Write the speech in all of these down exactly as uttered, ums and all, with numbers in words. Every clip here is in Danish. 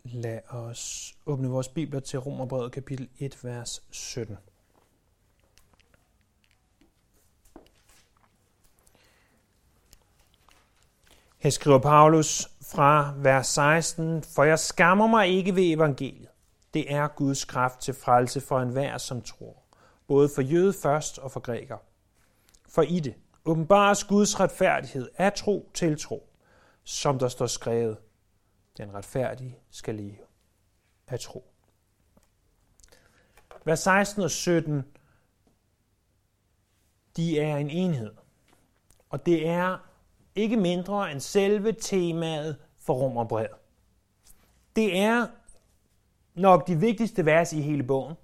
Lad os åbne vores bibler til Romerbrevet kapitel et, vers sytten. Her skriver Paulus fra vers seksten, for jeg skammer mig ikke ved evangeliet. Det er Guds kraft til frelse for enhver, som tror, både for jøde først og for græker. For i det åbenbares Guds retfærdighed af tro til tro, som der står skrevet, den retfærdige skal leve af tro. Vers seksten og sytten, de er en enhed, og det er ikke mindre end selve temaet for Romerbrevet. Det er nok de vigtigste vers i hele bogen.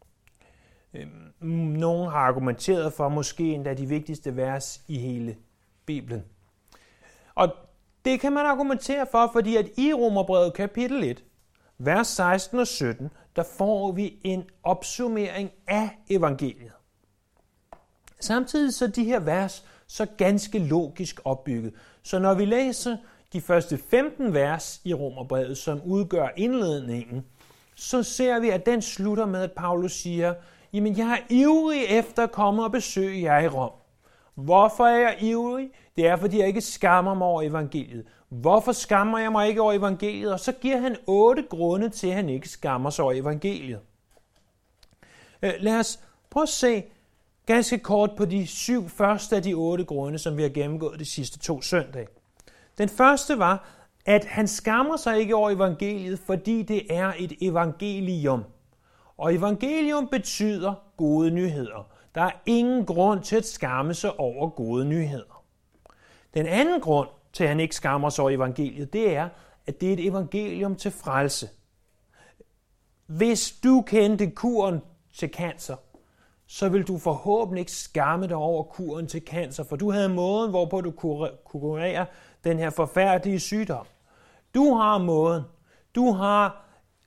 Nogle har argumenteret for måske endda de vigtigste vers i hele Bibelen. Og det kan man argumentere for, fordi at i Romerbrevet kapitel et, vers seksten og sytten, der får vi en opsummering af evangeliet. Samtidig så de her vers så ganske logisk opbygget. Så når vi læser de første femten vers i Romerbrevet, som udgør indledningen, så ser vi, at den slutter med, at Paulus siger, jamen jeg er ivrig efter at komme og besøge jer i Rom. Hvorfor er jeg ivrig? Det er, fordi jeg ikke skammer mig over evangeliet. Hvorfor skammer jeg mig ikke over evangeliet? Og så giver han otte grunde til, at han ikke skammer sig over evangeliet. Lad os prøve at se ganske kort på de syv første af de otte grunde, som vi har gennemgået de sidste to søndage. Den første var, at han skammer sig ikke over evangeliet, fordi det er et evangelium. Og evangelium betyder gode nyheder. Der er ingen grund til at skamme sig over gode nyheder. Den anden grund til, at han ikke skammer sig over evangeliet, det er, at det er et evangelium til frelse. Hvis du kendte kuren til cancer, så vil du forhåbentlig ikke skamme dig over kuren til cancer, for du havde måden, hvorpå du kunne kurere den her forfærdelige sygdom. Du har måden. Du har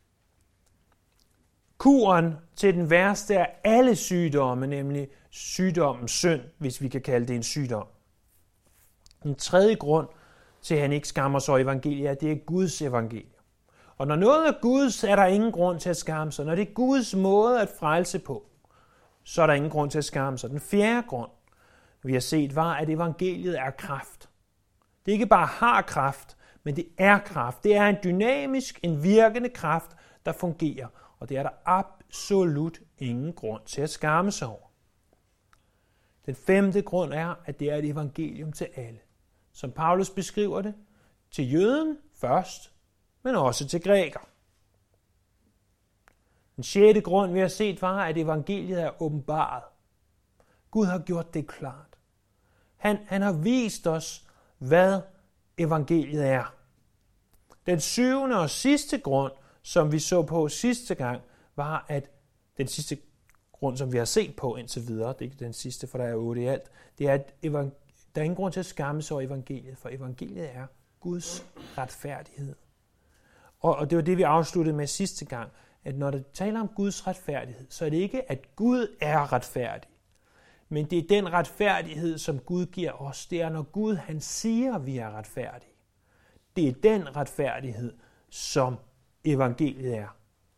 kuren til den værste af alle sygdomme, nemlig sygdommen synd, hvis vi kan kalde det en sygdom. Den tredje grund til, at han ikke skammer sig over evangeliet, er, at det er Guds evangelium. Og når noget er Guds, er der ingen grund til at skamme sig. Når det er Guds måde at frelse på, så er der ingen grund til at skamme sig. Den fjerde grund, vi har set, var, at evangeliet er kraft. Det ikke bare har kraft, men det er kraft. Det er en dynamisk, en virkende kraft, der fungerer. Og det er der absolut ingen grund til at skamme sig over. Den femte grund er, at det er et evangelium til alle. Som Paulus beskriver det, til jøden først, men også til græker. Den sjette grund, vi har set, var, at evangeliet er åbenbaret. Gud har gjort det klart. Han, han har vist os, hvad evangeliet er. Den syvende og sidste grund, som vi så på sidste gang, var, at den sidste grund, som vi har set på indtil videre, det er ikke den sidste, for der er otte i alt, det er, at evang- der er ingen grund til at skamme sig over evangeliet, for evangeliet er Guds retfærdighed. Og, og det var det, vi afsluttede med sidste gang, at når der taler om Guds retfærdighed, så er det ikke, at Gud er retfærdig, men det er den retfærdighed, som Gud giver os. Det er, når Gud han siger, at vi er retfærdige. Det er den retfærdighed, som evangeliet er.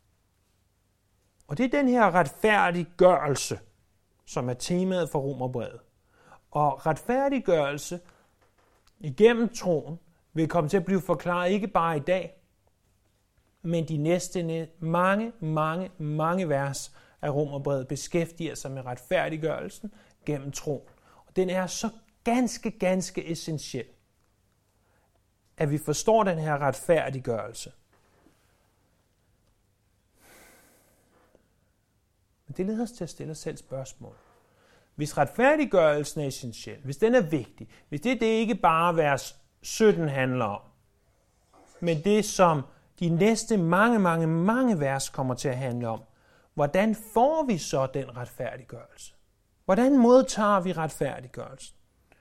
Og det er den her retfærdiggørelse, som er temaet for Romerbrevet. Og retfærdiggørelse igennem troen vil komme til at blive forklaret ikke bare i dag, men de næste mange, mange, mange vers af Romerbrevet beskæftiger sig med retfærdiggørelsen gennem troen. Og den er så ganske, ganske essentiel, at vi forstår den her retfærdiggørelse. Men det leder os til at stille os selv spørgsmål. Hvis retfærdiggørelsen er essentiel, hvis den er vigtig, hvis det, det ikke bare vers sytten handler om, men det, som de næste mange, mange, mange vers kommer til at handle om, hvordan får vi så den retfærdiggørelse? Hvordan modtager vi retfærdiggørelsen?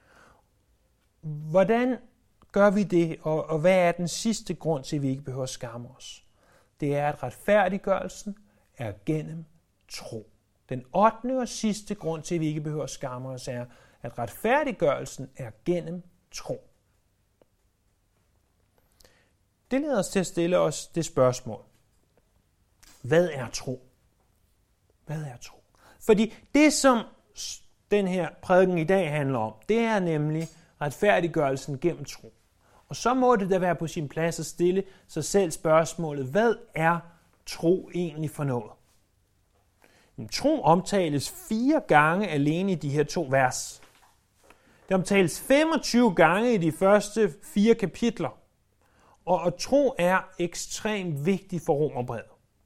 Hvordan gør vi det, og, og hvad er den sidste grund til, at vi ikke behøver at skamme os? Det er, at retfærdiggørelsen er gennem tro. Den ottende og sidste grund til, at vi ikke behøver at skamme os, er, at retfærdiggørelsen er gennem tro. det leder os til at stille os det spørgsmål. Hvad er tro? Hvad er tro? Fordi det, som den her prædiken i dag handler om, det er nemlig retfærdiggørelsen gennem tro. Og så må det da være på sin plads at stille sig selv spørgsmålet, hvad er tro egentlig for noget? En tro omtales fire gange alene i de her to vers. Det omtales femogtyve gange i de første fire kapitler. Og at tro er ekstremt vigtigt for Romerbrevet.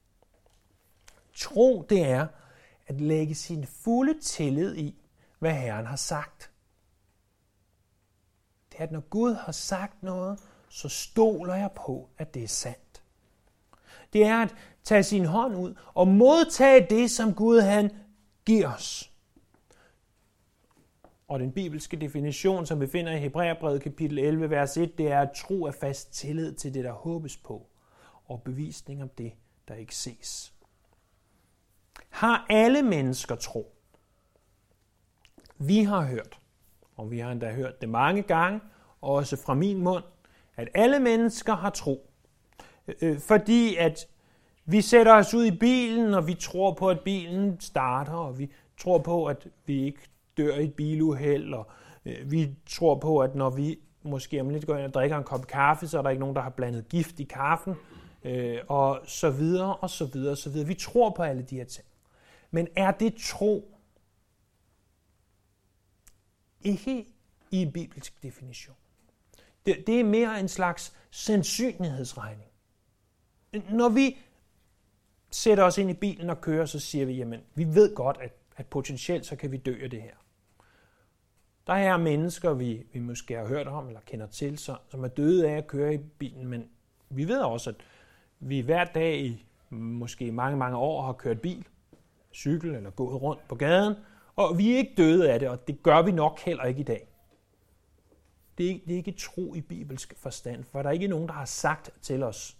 Tro, det er at lægge sin fulde tillid i, hvad Herren har sagt. Det er, at når Gud har sagt noget, så stoler jeg på, at det er sandt. Det er at tage sin hånd ud og modtage det, som Gud han giver os. Og den bibelske definition, som vi finder i Hebræerbrevet kapitel elleve, vers et, det er at tro er fast tillid til det, der håbes på, og bevisning om det, der ikke ses. Har alle mennesker tro? Vi har hørt, og vi har endda hørt det mange gange, også fra min mund, at alle mennesker har tro. Øh, fordi at vi sætter os ud i bilen, og vi tror på, at bilen starter, og vi tror på, at vi ikke dør i et biluheld, og øh, vi tror på, at når vi måske om lidt går ind og drikker en kop kaffe, så er der ikke nogen, der har blandet gift i kaffen, øh, og så videre, og så videre, og så videre. Vi tror på alle de her ting. Men er det tro? Ikke i en bibelsk definition. Det, det er mere en slags sandsynlighedsregning. Når vi sætter os ind i bilen og kører, så siger vi, jamen, vi ved godt, at, at potentielt så kan vi dø af det her. Der er mennesker, vi, vi måske har hørt om eller kender til, så, som er døde af at køre i bilen, men vi ved også, at vi hver dag i måske mange, mange år har kørt bil, cykel eller gået rundt på gaden, og vi er ikke døde af det, og det gør vi nok heller ikke i dag. Det er, det er ikke tro i bibelsk forstand, for der er ikke nogen, der har sagt til os,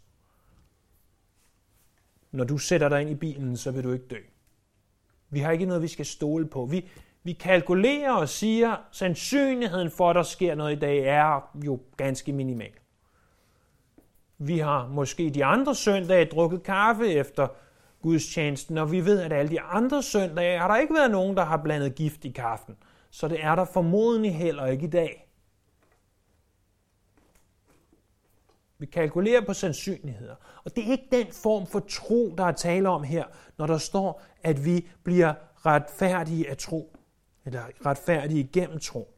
når du sætter dig ind i bilen, så vil du ikke dø. Vi har ikke noget, vi skal stole på. Vi, vi kalkulerer og siger, sandsynligheden for, at der sker noget i dag, er jo ganske minimal. Vi har måske de andre søndage drukket kaffe efter gudstjenesten, og vi ved, at alle de andre søndage har der ikke været nogen, der har blandet gift i kaffen. Så det er der formodentlig heller ikke i dag. Vi kalkulerer på sandsynligheder. Og det er ikke den form for tro, der er tale om her, når der står, at vi bliver retfærdige af tro. Eller retfærdige gennem tro.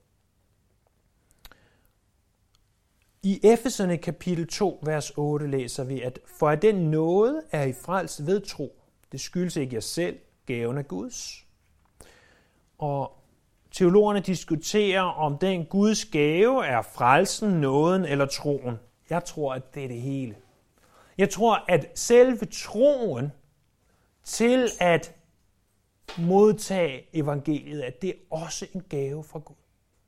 I Efeserne kapitel to, vers otte læser vi, at for at den nåde er I frelst ved tro. Det skyldes ikke jer selv, gaven af Guds. Og teologerne diskuterer, om den Guds gave er frelsen, nåden eller troen. Jeg tror, at det er det hele. Jeg tror, at selve troen til at modtage evangeliet, at det er også en gave fra Gud.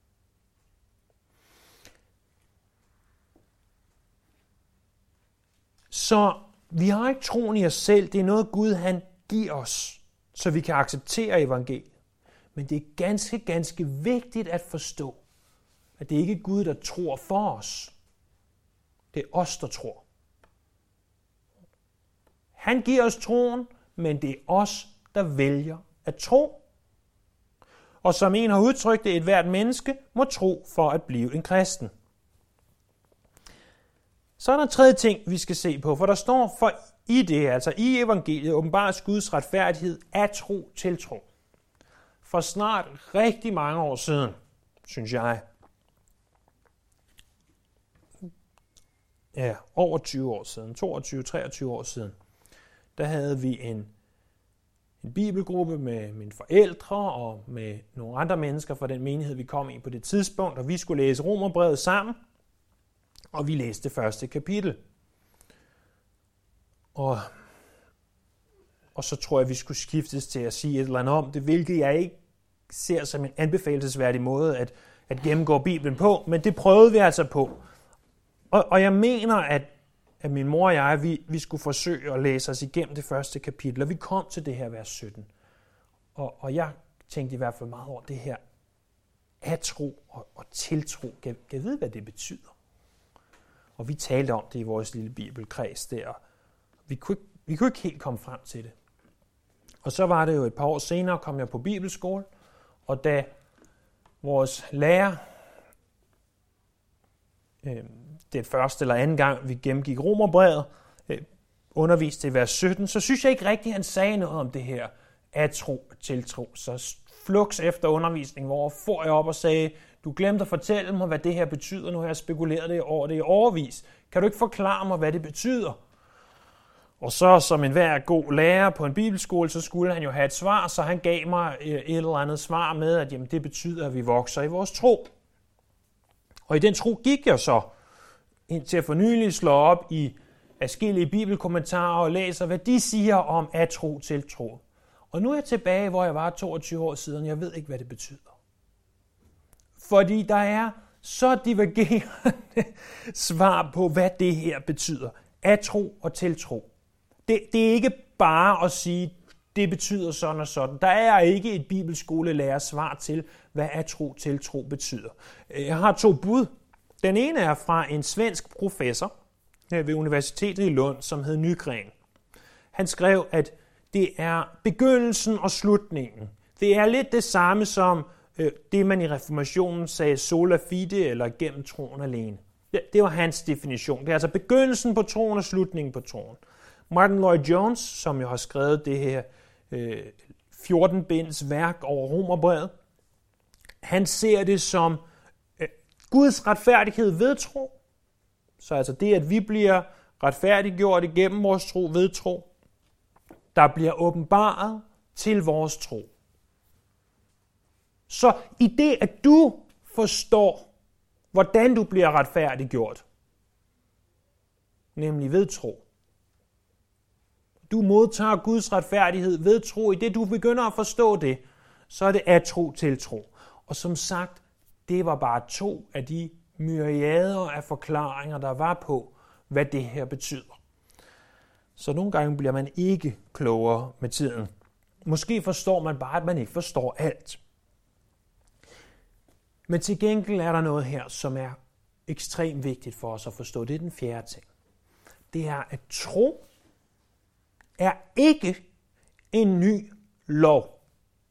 Så vi har ikke troen i os selv. Det er noget, Gud han giver os, så vi kan acceptere evangeliet. Men det er ganske, ganske vigtigt at forstå, at det ikke er Gud, der tror for os. Det er os, der tror. Han giver os troen, men det er os, der vælger at tro. Og som en har udtrykt det, et hvert menneske må tro for at blive en kristen. Så er der en tredje ting, vi skal se på, for der står for i det, altså i evangeliet, åbenbares Guds retfærdighed af tro til tro. For snart rigtig mange år siden, synes jeg, ja, over tyve år siden, toogtyve til treogtyve år siden, der havde vi en, en bibelgruppe med mine forældre og med nogle andre mennesker fra den menighed, vi kom i på det tidspunkt, og vi skulle læse Romerbrevet sammen, og vi læste det første kapitel. Og, og så tror jeg, vi skulle skiftes til at sige et eller andet om det, hvilket jeg ikke ser som en anbefalesværdig måde at, at gennemgå Bibelen på, men det prøvede vi altså på. Og, og jeg mener, at, at min mor og jeg, vi, vi skulle forsøge at læse os igennem det første kapitel, og vi kom til det her vers sytten. Og, og jeg tænkte i hvert fald meget over det her at tro og, og tiltro. Kan jeg vide, hvad det betyder? Og vi talte om det i vores lille bibelkreds der. Vi kunne, ikke, vi kunne ikke helt komme frem til det. Og så var det jo et par år senere, kom jeg på bibelskole, og da vores lærer, øh, det første eller anden gang, vi gennemgik Romerbrevet, øh, underviste i vers sytten, så synes jeg ikke rigtigt, han sagde noget om det her at tro og tiltro. Så fluks efter undervisning, hvor får jeg op og sagde, du glemte at fortælle mig, hvad det her betyder. Nu har jeg spekuleret det over det i overvis. Kan du ikke forklare mig, hvad det betyder? Og så som en hver god lærer på en bibelskole, så skulle han jo have et svar, så han gav mig et eller andet svar med, at jamen, det betyder, at vi vokser i vores tro. Og i den tro gik jeg så indtil at for nylig slå op i adskillige bibelkommentarer og læser, hvad de siger om at tro til tro. Og nu er jeg tilbage, hvor jeg var toogtyve år siden. Jeg ved ikke, hvad det betyder. Fordi der er så divergerende svar på, hvad det her betyder. At tro og tiltro. Det, det er ikke bare at sige, det betyder sådan og sådan. Der er ikke et bibelskolelærer svar til, hvad at tro tiltro betyder. Jeg har to bud. Den ene er fra en svensk professor ved Universitetet i Lund, som hed Nygren. Han skrev, at det er begyndelsen og slutningen. Det er lidt det samme som øh, det, man i reformationen sagde sola fide, eller gennem troen alene. Det, det var hans definition. Det er altså begyndelsen på troen og slutningen på troen. Martin Lloyd-Jones, som jo har skrevet det her øh, fjorten-binds værk over Romerbrevet, han ser det som øh, Guds retfærdighed ved tro. Så altså det, at vi bliver retfærdiggjort igennem vores tro ved tro, der bliver åbenbaret til vores tro. Så i det, at du forstår, hvordan du bliver retfærdiggjort, nemlig ved tro, du modtager Guds retfærdighed ved tro. I det, du begynder at forstå det, så er det at tro til tro. Og som sagt, det var bare to af de myriader af forklaringer, der var på, hvad det her betyder. Så nogle gange bliver man ikke klogere med tiden. Måske forstår man bare, at man ikke forstår alt. Men til gengæld er der noget her, som er ekstremt vigtigt for os at forstå. Det er den fjerde ting. Det er, at tro er ikke en ny lov.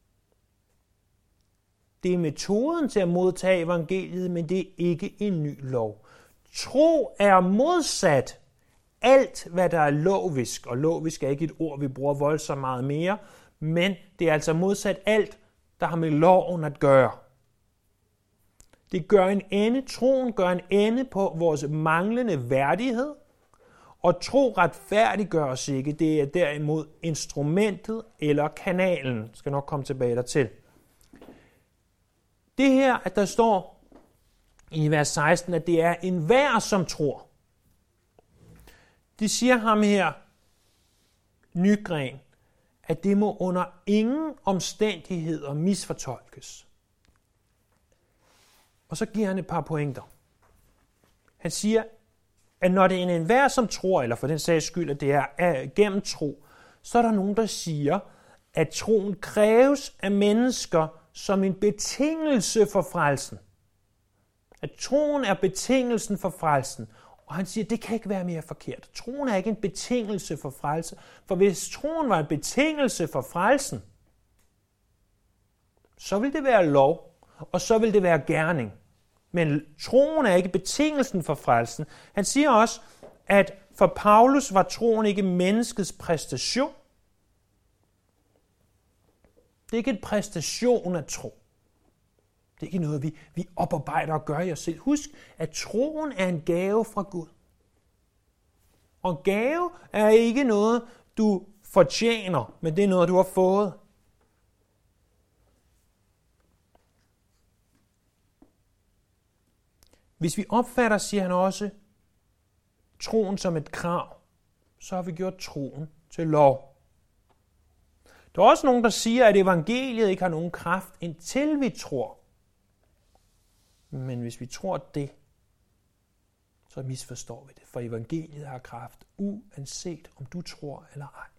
Det er metoden til at modtage evangeliet, men det er ikke en ny lov. Tro er modsat alt, hvad der er lovisk, og lovisk er ikke et ord, vi bruger voldsomt meget mere, men det er altså modsat alt, der har med loven at gøre. Det gør en ende, troen gør en ende på vores manglende værdighed, og tro retfærdiggør os ikke, det er derimod instrumentet eller kanalen. Jeg skal nok komme tilbage dertil. Det her, at der står i vers seksten, at det er enhver, som tror. Det siger ham her, Nygren, at det må under ingen omstændigheder misfortolkes. Og så giver han et par pointer. Han siger, at når det er en enhver, som tror, eller for den sags skyld, at det er gennem tro, så er der nogen, der siger, at troen kræves af mennesker som en betingelse for frelsen. At troen er betingelsen for frelsen. Og han siger, at det kan ikke være mere forkert. Troen er ikke en betingelse for frelse. For hvis troen var en betingelse for frelsen, så vil det være lov, og så vil det være gerning. Men troen er ikke betingelsen for frelsen. Han siger også, at for Paulus var troen ikke menneskets præstation. Det er ikke en præstation at tro. Det er ikke noget, vi, vi oparbejder og gør i os selv. Husk, at troen er en gave fra Gud. Og gave er ikke noget, du fortjener, men det er noget, du har fået. Hvis vi opfatter, siger han også, troen som et krav, så har vi gjort troen til lov. Der er også nogen, der siger, at evangeliet ikke har nogen kraft, indtil vi tror. Men hvis vi tror det, så misforstår vi det. For evangeliet har kraft, uanset om du tror eller ej.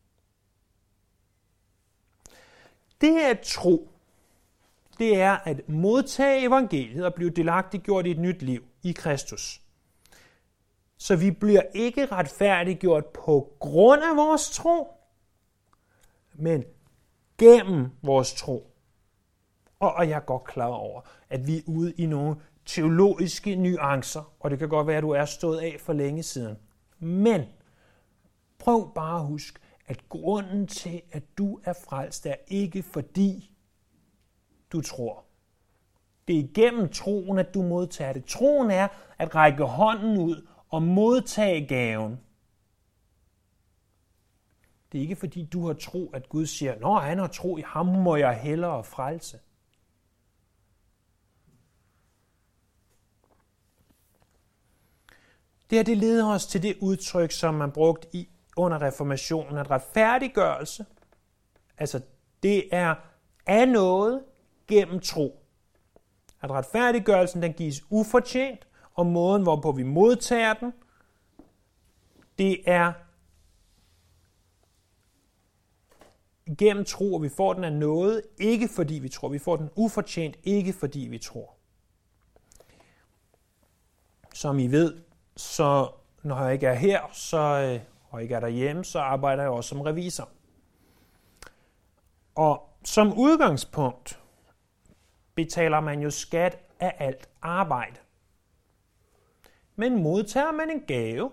Det her tro, det er at modtage evangeliet og blive delagtiggjort i et nyt liv i Kristus. Så vi bliver ikke retfærdiggjort på grund af vores tro, men gennem vores tro. Og, og jeg er godt klar over, at vi er ude i nogle teologiske nuancer, og det kan godt være, at du er stået af for længe siden. Men prøv bare at huske, at grunden til, at du er frelst, er ikke fordi du tror. Det er igennem troen, at du modtager det. Troen er at række hånden ud og modtage gaven. Det er ikke fordi du har tro, at Gud siger, når han har tro i ham, må jeg hellere frelse. Det her, det leder os til det udtryk, som man brugte i under reformationen, at retfærdiggørelse, altså det er af noget gennem tro. At retfærdiggørelsen, den gives ufortjent, og måden, hvorpå vi modtager den, det er gennem tro, og vi får den af noget, ikke fordi vi tror. Vi får den ufortjent, ikke fordi vi tror. Som I ved, så når jeg ikke er her, så, og ikke er derhjemme, så arbejder jeg også som revisor. Og som udgangspunkt betaler man jo skat af alt arbejde. Men modtager man en gave,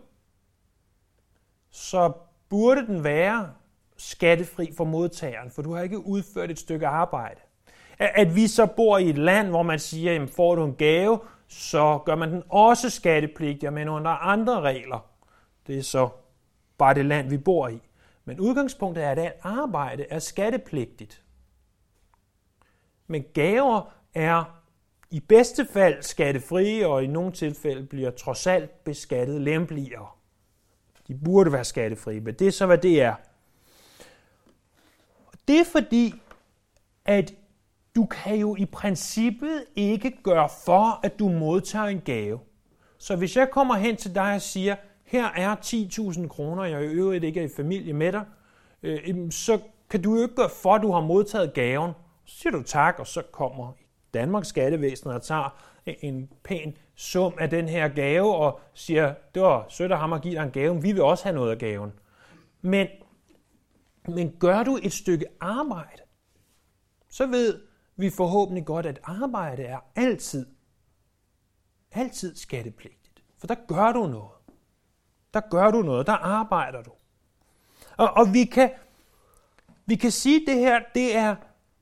så burde den være skattefri for modtageren, for du har ikke udført et stykke arbejde. At vi så bor i et land, hvor man siger, jamen får du en gave, så gør man den også skattepligtig, men under andre regler. Det er så bare det land, vi bor i. Men udgangspunktet er, at alt arbejde er skattepligtigt. Men gaver er i bedste fald skattefrie, og i nogle tilfælde bliver trods alt beskattet lempeligere. De burde være skattefrie, men det er så, hvad det er. Det er fordi, at du kan jo i princippet ikke gøre for, at du modtager en gave. Så hvis jeg kommer hen til dig og siger, her er ti tusind kroner, jeg i øvrigt ikke er i familie med dig, øh, så kan du jo ikke gøre for, at du har modtaget gaven. Så siger du tak, og så kommer Danmarks skattevæsen og tager en pæn sum af den her gave og siger, det var sødt af ham at give dig en gave, vi vil også have noget af gaven. Men, men gør du et stykke arbejde, så ved vi forhåbentlig godt, at arbejde er altid, altid skattepligtigt. For der gør du noget. Der gør du noget. Der arbejder du. Og, og vi kan, vi kan sige, at det her, det er,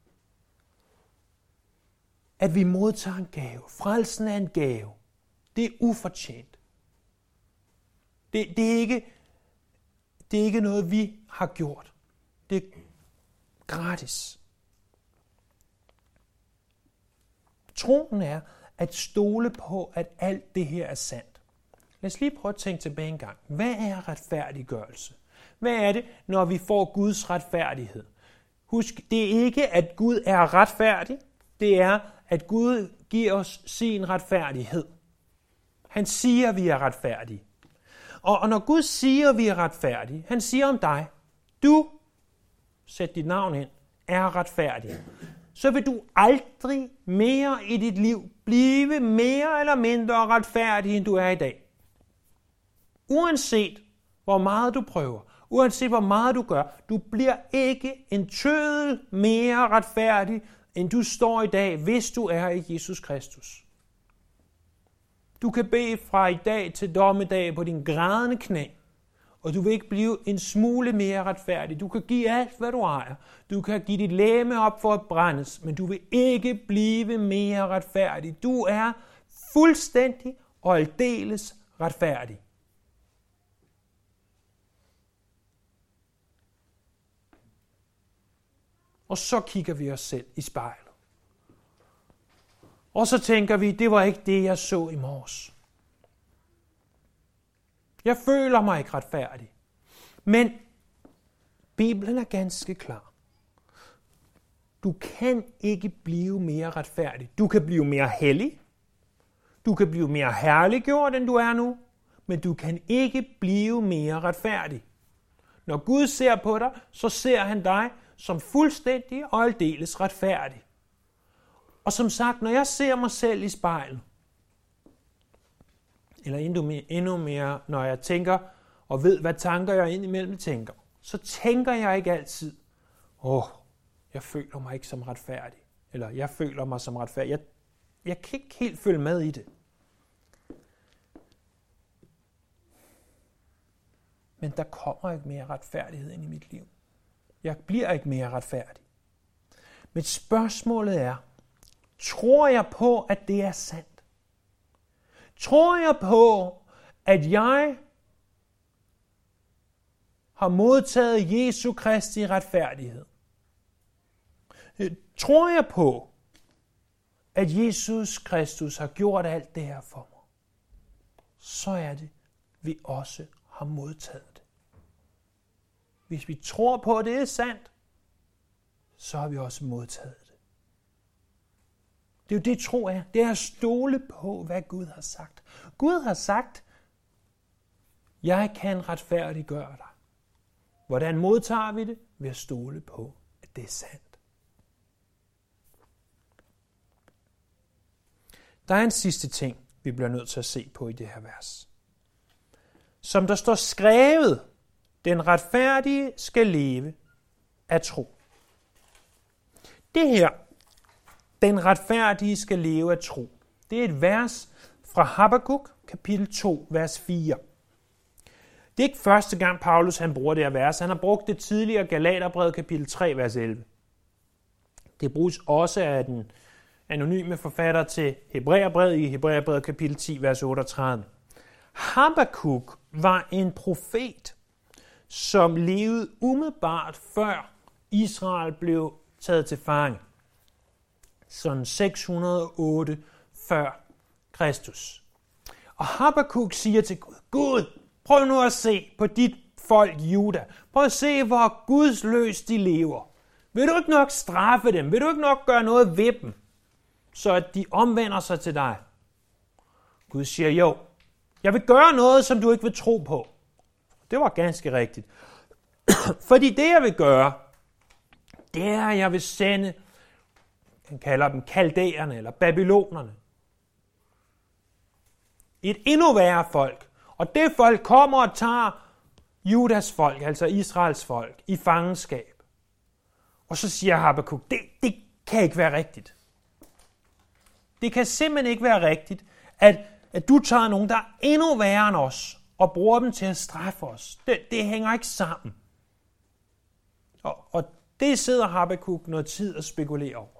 at vi modtager en gave. Frelsen er en gave. Det er ufortjent. Det, det, er ikke, det er ikke noget, vi har gjort. Det er gratis. Troen er at stole på, at alt det her er sandt. Lad os lige prøve at tænke tilbage en gang. Hvad er retfærdiggørelse? Hvad er det, når vi får Guds retfærdighed? Husk, det er ikke, at Gud er retfærdig. Det er, at Gud giver os sin retfærdighed. Han siger, at vi er retfærdige. Og, og når Gud siger, at vi er retfærdige, han siger om dig, du, sæt dit navn ind, er retfærdig. Så vil du aldrig mere i dit liv blive mere eller mindre retfærdig, end du er i dag. Uanset hvor meget du prøver, uanset hvor meget du gør, du bliver ikke en tøddel mere retfærdig, end du står i dag, hvis du er i Jesus Kristus. Du kan bede fra i dag til dommedag på din grædende knæ, og du vil ikke blive en smule mere retfærdig. Du kan give alt, hvad du ejer. Du kan give dit legeme op for at brændes, men du vil ikke blive mere retfærdig. Du er fuldstændig og aldeles retfærdig. Og så kigger vi os selv i spejlet. Og så tænker vi, det var ikke det, jeg så i morges. Jeg føler mig ikke retfærdig. Men Bibelen er ganske klar. Du kan ikke blive mere retfærdig. Du kan blive mere hellig. Du kan blive mere herliggjort, end du er nu. Men du kan ikke blive mere retfærdig. Når Gud ser på dig, så ser han dig som fuldstændig og aldeles retfærdig. Og som sagt, når jeg ser mig selv i spejlet, eller endnu mere, endnu mere, når jeg tænker og ved, hvad tanker jeg indimellem tænker, så tænker jeg ikke altid, åh, jeg føler mig ikke som retfærdig, eller jeg føler mig som retfærdig. Jeg, jeg kan ikke helt følge med i det. Men der kommer ikke mere retfærdighed ind i mit liv. Jeg bliver ikke mere retfærdig. Men spørgsmålet er, tror jeg på, at det er sandt? Tror jeg på, at jeg har modtaget Jesu Kristi retfærdighed? Tror jeg på, at Jesus Kristus har gjort alt det her for mig? Så er det, vi også har modtaget det. Hvis vi tror på, at det er sandt, så har vi også modtaget det. Det er jo det, tro er. Det er at stole på, hvad Gud har sagt. Gud har sagt, jeg kan retfærdiggøre dig. Hvordan modtager vi det? Ved at stole på, at det er sandt. Der er en sidste ting, vi bliver nødt til at se på i det her vers. Som der står skrevet, den retfærdige skal leve af tro. Det her, den retfærdige skal leve af tro, det er et vers fra Habakuk, kapitel to, vers fire. Det er ikke første gang, Paulus han bruger det her vers. Han har brugt det tidligere Galaterbrevet, kapitel tre, vers elleve. Det bruges også af den anonyme forfatter til Hebræerbrevet i Hebræerbrevet, kapitel ti, vers otteogtredive. Habakuk var en profet, som levede umiddelbart før Israel blev taget til fange. Sådan seks hundrede og otte før Kristus. Og Habakuk siger til Gud, Gud, prøv nu at se på dit folk Juda. Prøv at se, hvor gudsløst de lever. Vil du ikke nok straffe dem? Vil du ikke nok gøre noget ved dem, så at de omvender sig til dig? Gud siger, jo, jeg vil gøre noget, som du ikke vil tro på. Det var ganske rigtigt. Fordi det, jeg vil gøre, det er, at jeg vil sende, han kalder dem kaldæerne eller babylonerne. Et endnu værre folk. Og det folk kommer og tager Judas folk, altså Israels folk, i fangenskab. Og så siger Habakuk, det, det kan ikke være rigtigt. Det kan simpelthen ikke være rigtigt, at, at du tager nogen, der er endnu værre end os, og bruger dem til at straffe os. Det, det hænger ikke sammen. Og, og det sidder Habakuk noget tid og spekulerer over.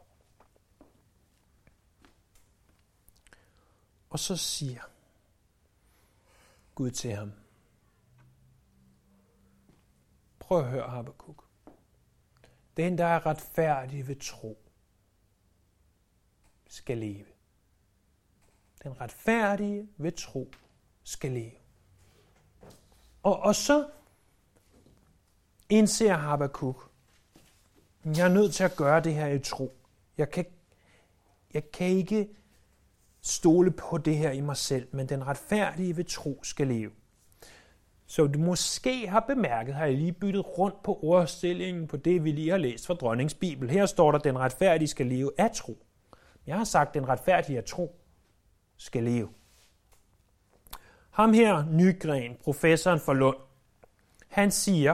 Og så siger Gud til ham, prøv at høre, Habakuk. Den, der er retfærdig ved tro, skal leve. Den retfærdige ved tro skal leve. Og, og så indser Habakuk, jeg er nødt til at gøre det her i tro. Jeg kan, jeg kan ikke stole på det her i mig selv, men den retfærdige ved tro skal leve. Så du måske har bemærket, har jeg lige byttet rundt på ordstillingen på det, vi lige har læst fra Dronningens Bibel. Her står der, den retfærdige skal leve af tro. Jeg har sagt, den retfærdige af tro skal leve. Ham her, Nygren, professoren for Lund, han siger,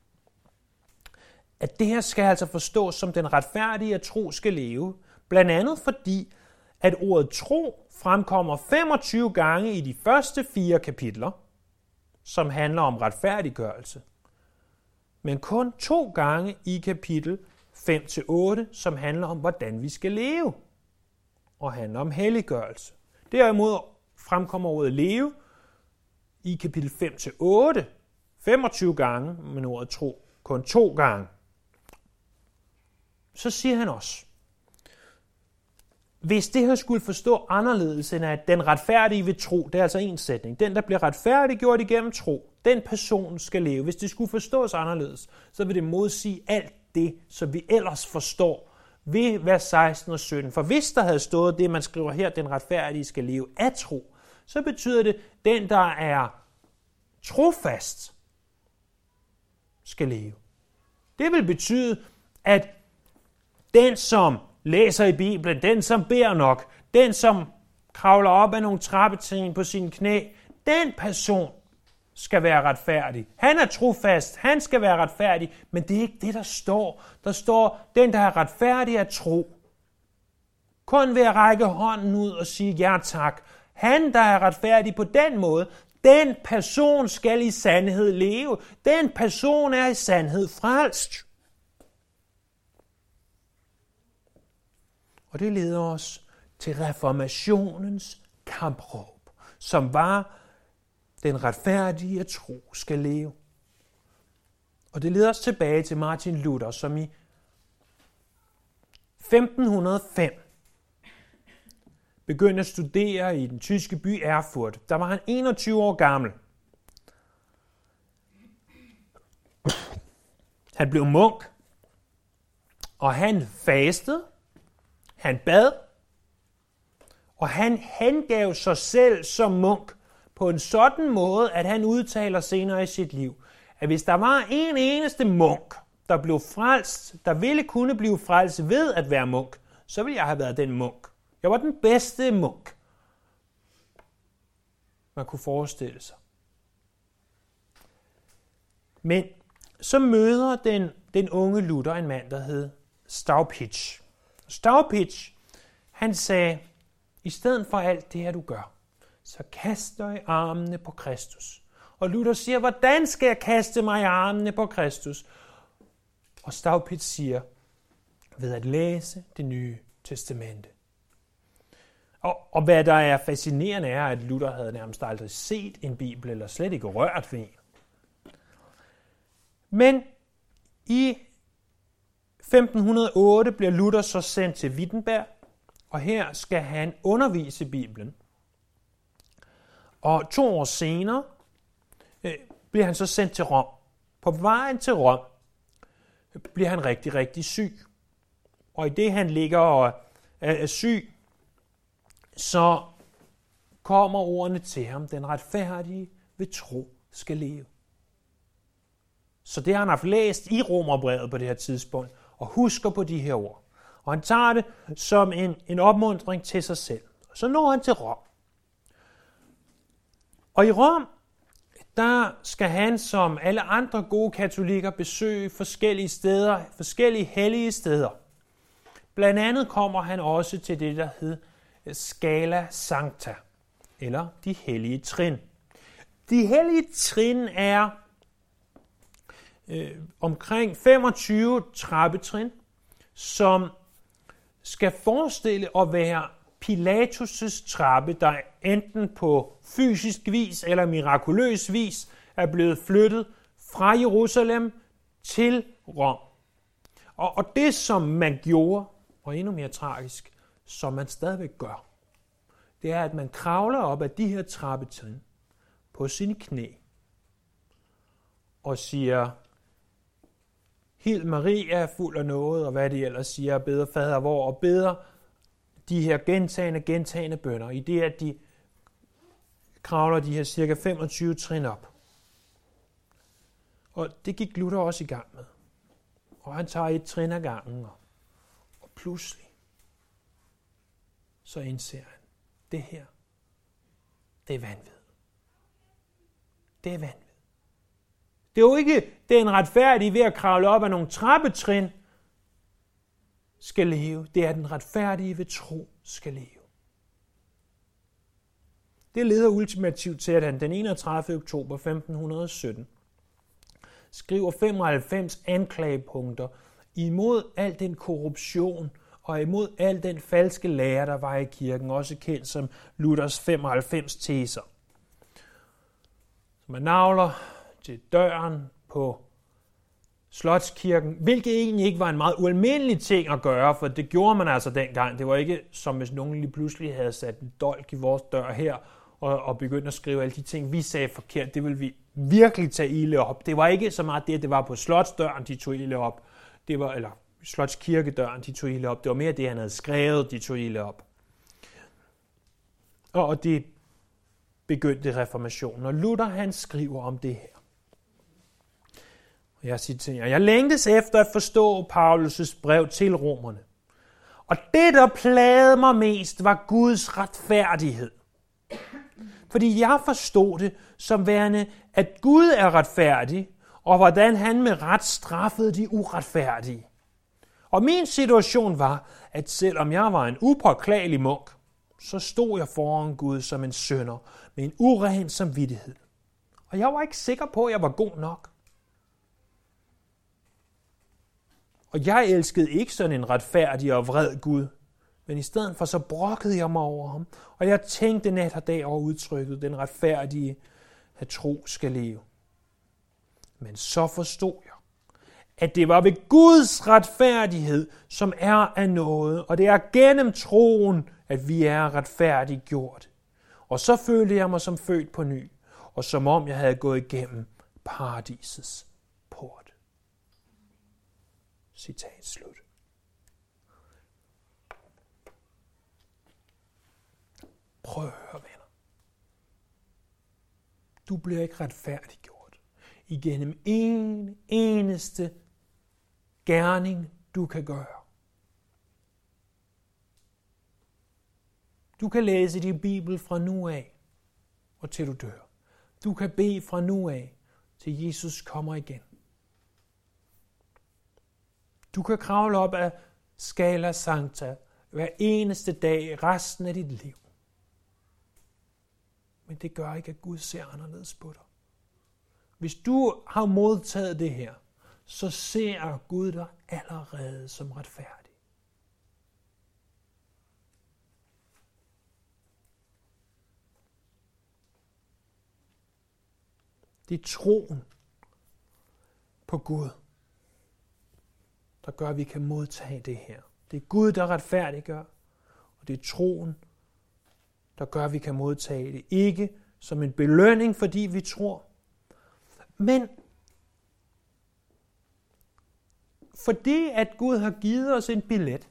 at det her skal altså forstås som den retfærdige af tro skal leve, blandt andet fordi, at ordet tro fremkommer femogtyve gange i de første fire kapitler, som handler om retfærdiggørelse, men kun to gange i kapitel fem til otte, som handler om, hvordan vi skal leve, og handler om helliggørelse. Derimod fremkommer ordet leve i kapitel fem til otte, femogtyve gange, men ordet tro kun to gange. Så siger han også, hvis det her skulle forstå anderledes end at den retfærdige ved tro, det er altså en sætning, den der bliver retfærdiggjort igennem tro, den person skal leve. Hvis det skulle forstås anderledes, så vil det modsige alt det, som vi ellers forstår ved vers seksten og sytten. For hvis der havde stået det, man skriver her, den retfærdige skal leve af tro, så betyder det, den der er trofast skal leve. Det vil betyde, at den, som læser i Bibelen, den, som beder nok, den, som kravler op ad nogle trappetrin på sine knæ, Den person skal være retfærdig. Han er trofast, han skal være retfærdig, men det er ikke det, der står. Der står, den, der er retfærdig, er tro. Kun ved at række hånden ud og sige ja tak. Han, der er retfærdig på den måde, den person skal i sandhed leve. Den person er i sandhed frelst. Og det leder os til reformationens kampråb, som var, den retfærdige tro skal leve. Og det leder os tilbage til Martin Luther, som i femten hundrede og fem begyndte at studere i den tyske by Erfurt. Der var han enogtyve år gammel. Han blev munk, og han fastede, han bad, og han hengav sig selv som munk på en sådan måde, at han udtaler senere i sit liv, at hvis der var en eneste munk, der blev frelst, der ville kunne blive frelst ved at være munk, så ville jeg have været den munk. Jeg var den bedste munk, man kunne forestille sig. Men så møder den, den unge Luther en mand, der hed Staupitz. Staupitz, han sagde, i stedet for alt det her, du gør, så kast dig i armene på Kristus. Og Luther siger, hvordan skal jeg kaste mig i armene på Kristus? Og Staupitz siger, ved at læse det nye testamente. Og, og hvad der er fascinerende er, at Luther havde nærmest aldrig set en bibel, eller slet ikke rørt ved en. Men i femten hundrede og otte bliver Luther så sendt til Wittenberg, og her skal han undervise Bibelen. Og to år senere øh, bliver han så sendt til Rom. På vejen til Rom bliver han rigtig, rigtig syg. Og i det han ligger og er syg, så kommer ordene til ham, den retfærdige ved tro skal leve. Så det har han haft læst i Romerbrevet på det her tidspunkt, og husker på de her ord. Og han tager det som en, en opmuntring til sig selv. Så når han til Rom. Og i Rom, der skal han som alle andre gode katolikker besøge forskellige steder, forskellige hellige steder. Blandt andet kommer han også til det, der hedder Scala Sancta, eller de hellige trin. De hellige trin er øh, omkring femogtyve trappetrin, som skal forestille at være Pilatus' trappe, der enten på fysisk vis eller mirakuløs vis er blevet flyttet fra Jerusalem til Rom. Og, og det, som man gjorde, og endnu mere tragisk, som man stadigvæk gør, det er, at man kravler op ad de her trappetrin på sine knæ og siger, Hil Maria er fuld af noget, og hvad de ellers siger, beder fader vor, og beder de her gentagende, gentagende bønner, i det, at de kravler de her cirka femogtyve trin op. Og det gik Luther også i gang med. Og han tager et trin ad gangen, og, og pludselig, så indser han, det her, det er vanvid. Det er vanvid. Det er jo ikke den retfærdige ved at kravle op ad nogle trappetrin skal leve. Det er den retfærdige ved tro skal leve. Det leder ultimativt til, at han den enogtredivte oktober femten hundrede og sytten skriver femoghalvfems anklagepunkter imod al den korruption og imod al den falske lære, der var i kirken, også kendt som Luthers femoghalvfems teser. Så man navler til døren på Slotskirken, hvilket egentlig ikke var en meget ualmindelig ting at gøre, for det gjorde man altså dengang. Det var ikke som hvis nogen lige pludselig havde sat en dolk i vores dør her og, og begyndt at skrive alle de ting, vi sagde forkert. Det ville vi virkelig tage ilde op. Det var ikke så meget det, at det var på Slotsdøren, de tog ilde op. Det var, eller Slotskirkedøren, de tog ilde op. Det var mere det, han havde skrevet, de tog ilde op. Og, og det begyndte reformationen. Og Luther, han skriver om det her. Jeg citerer, jeg længtes efter at forstå Paulus' brev til romerne. Og det, der plagede mig mest, var Guds retfærdighed. Fordi jeg forstod det som værende, at Gud er retfærdig, og hvordan han med ret straffede de uretfærdige. Og min situation var, at selvom jeg var en upåklagelig munk, så stod jeg foran Gud som en synder med en uren samvittighed. Og jeg var ikke sikker på, at jeg var god nok. Og jeg elskede ikke sådan en retfærdig og vred Gud, men i stedet for så brokkede jeg mig over ham, og jeg tænkte nat og dag over udtrykket, den retfærdige at tro skal leve. Men så forstod jeg, at det var ved Guds retfærdighed, som er af noget, og det er gennem troen, at vi er retfærdiggjort. Og så følte jeg mig som født på ny, og som om jeg havde gået igennem paradisets port. Citat slut. Prøv at høre, venner. Du bliver ikke retfærdiggjort igennem en eneste gerning, du kan gøre. Du kan læse din Bibel fra nu af, og til du dør. Du kan bede fra nu af, til Jesus kommer igen. Du kan kravle op af Scala Sancta hver eneste dag resten af dit liv. Men det gør ikke, at Gud ser anderledes på dig. Hvis du har modtaget det her, så ser Gud dig allerede som retfærdig. Det er troen på Gud, der gør, at vi kan modtage det her. Det er Gud, der retfærdiggør, og det er troen, der gør, at vi kan modtage det. Ikke som en belønning, fordi vi tror, men fordi at Gud har givet os en billet.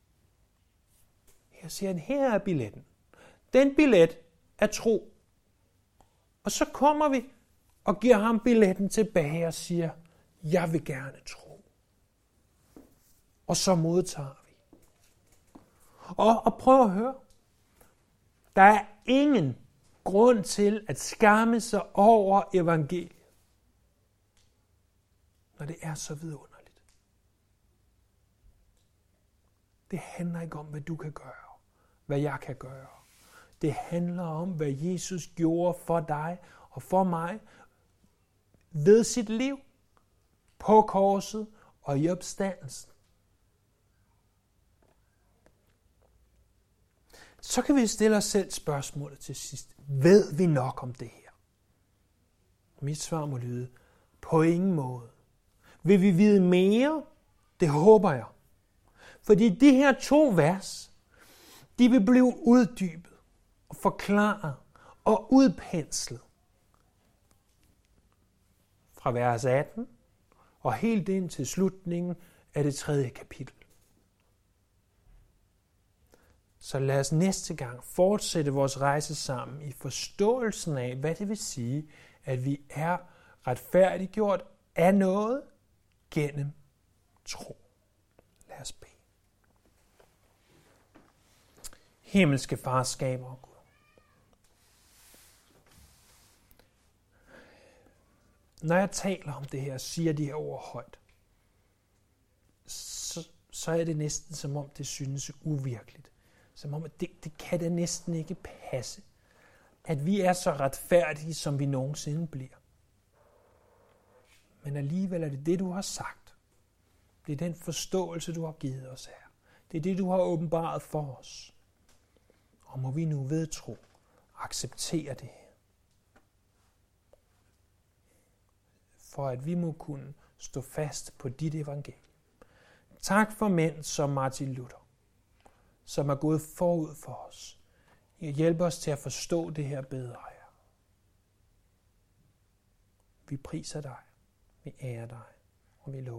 Her siger han, her er billetten. Den billet er tro. Og så kommer vi og giver ham billetten tilbage og siger, jeg vil gerne tro. Og så modtager vi. Og, og prøv at høre. Der er ingen grund til at skamme sig over evangeliet, når det er så vidunderligt. Det handler ikke om, hvad du kan gøre, hvad jeg kan gøre. Det handler om, hvad Jesus gjorde for dig og for mig ved sit liv, på korset og i opstandelsen. Så kan vi stille os selv spørgsmålet til sidst. Ved vi nok om det her? Mit svar må lyde, på ingen måde. Vil vi vide mere? Det håber jeg. Fordi de her to vers, de vil blive uddybet og forklaret og udpenslet. Fra vers atten og helt ind til slutningen af det tredje kapitel. Så lad os næste gang fortsætte vores rejse sammen i forståelsen af, hvad det vil sige, at vi er retfærdiggjort af noget gennem tro. Lad os bede. Himmelske Far, skaber Gud. Når jeg taler om det her og siger de her ord højt, så, så er det næsten som om det synes uvirkeligt. Som om at det, det kan da næsten ikke passe, at vi er så retfærdige, som vi nogensinde bliver. Men alligevel er det det, du har sagt. Det er den forståelse, du har givet os her. Det er det, du har åbenbaret for os. Og må vi nu vedtro, acceptere det her. For at vi må kunne stå fast på dit evangelium. Tak for mænd som Martin Luther, som er gået forud for os. Hjælp os til at forstå det her bedre, Herre. Vi priser dig, vi ærer dig, og vi lover.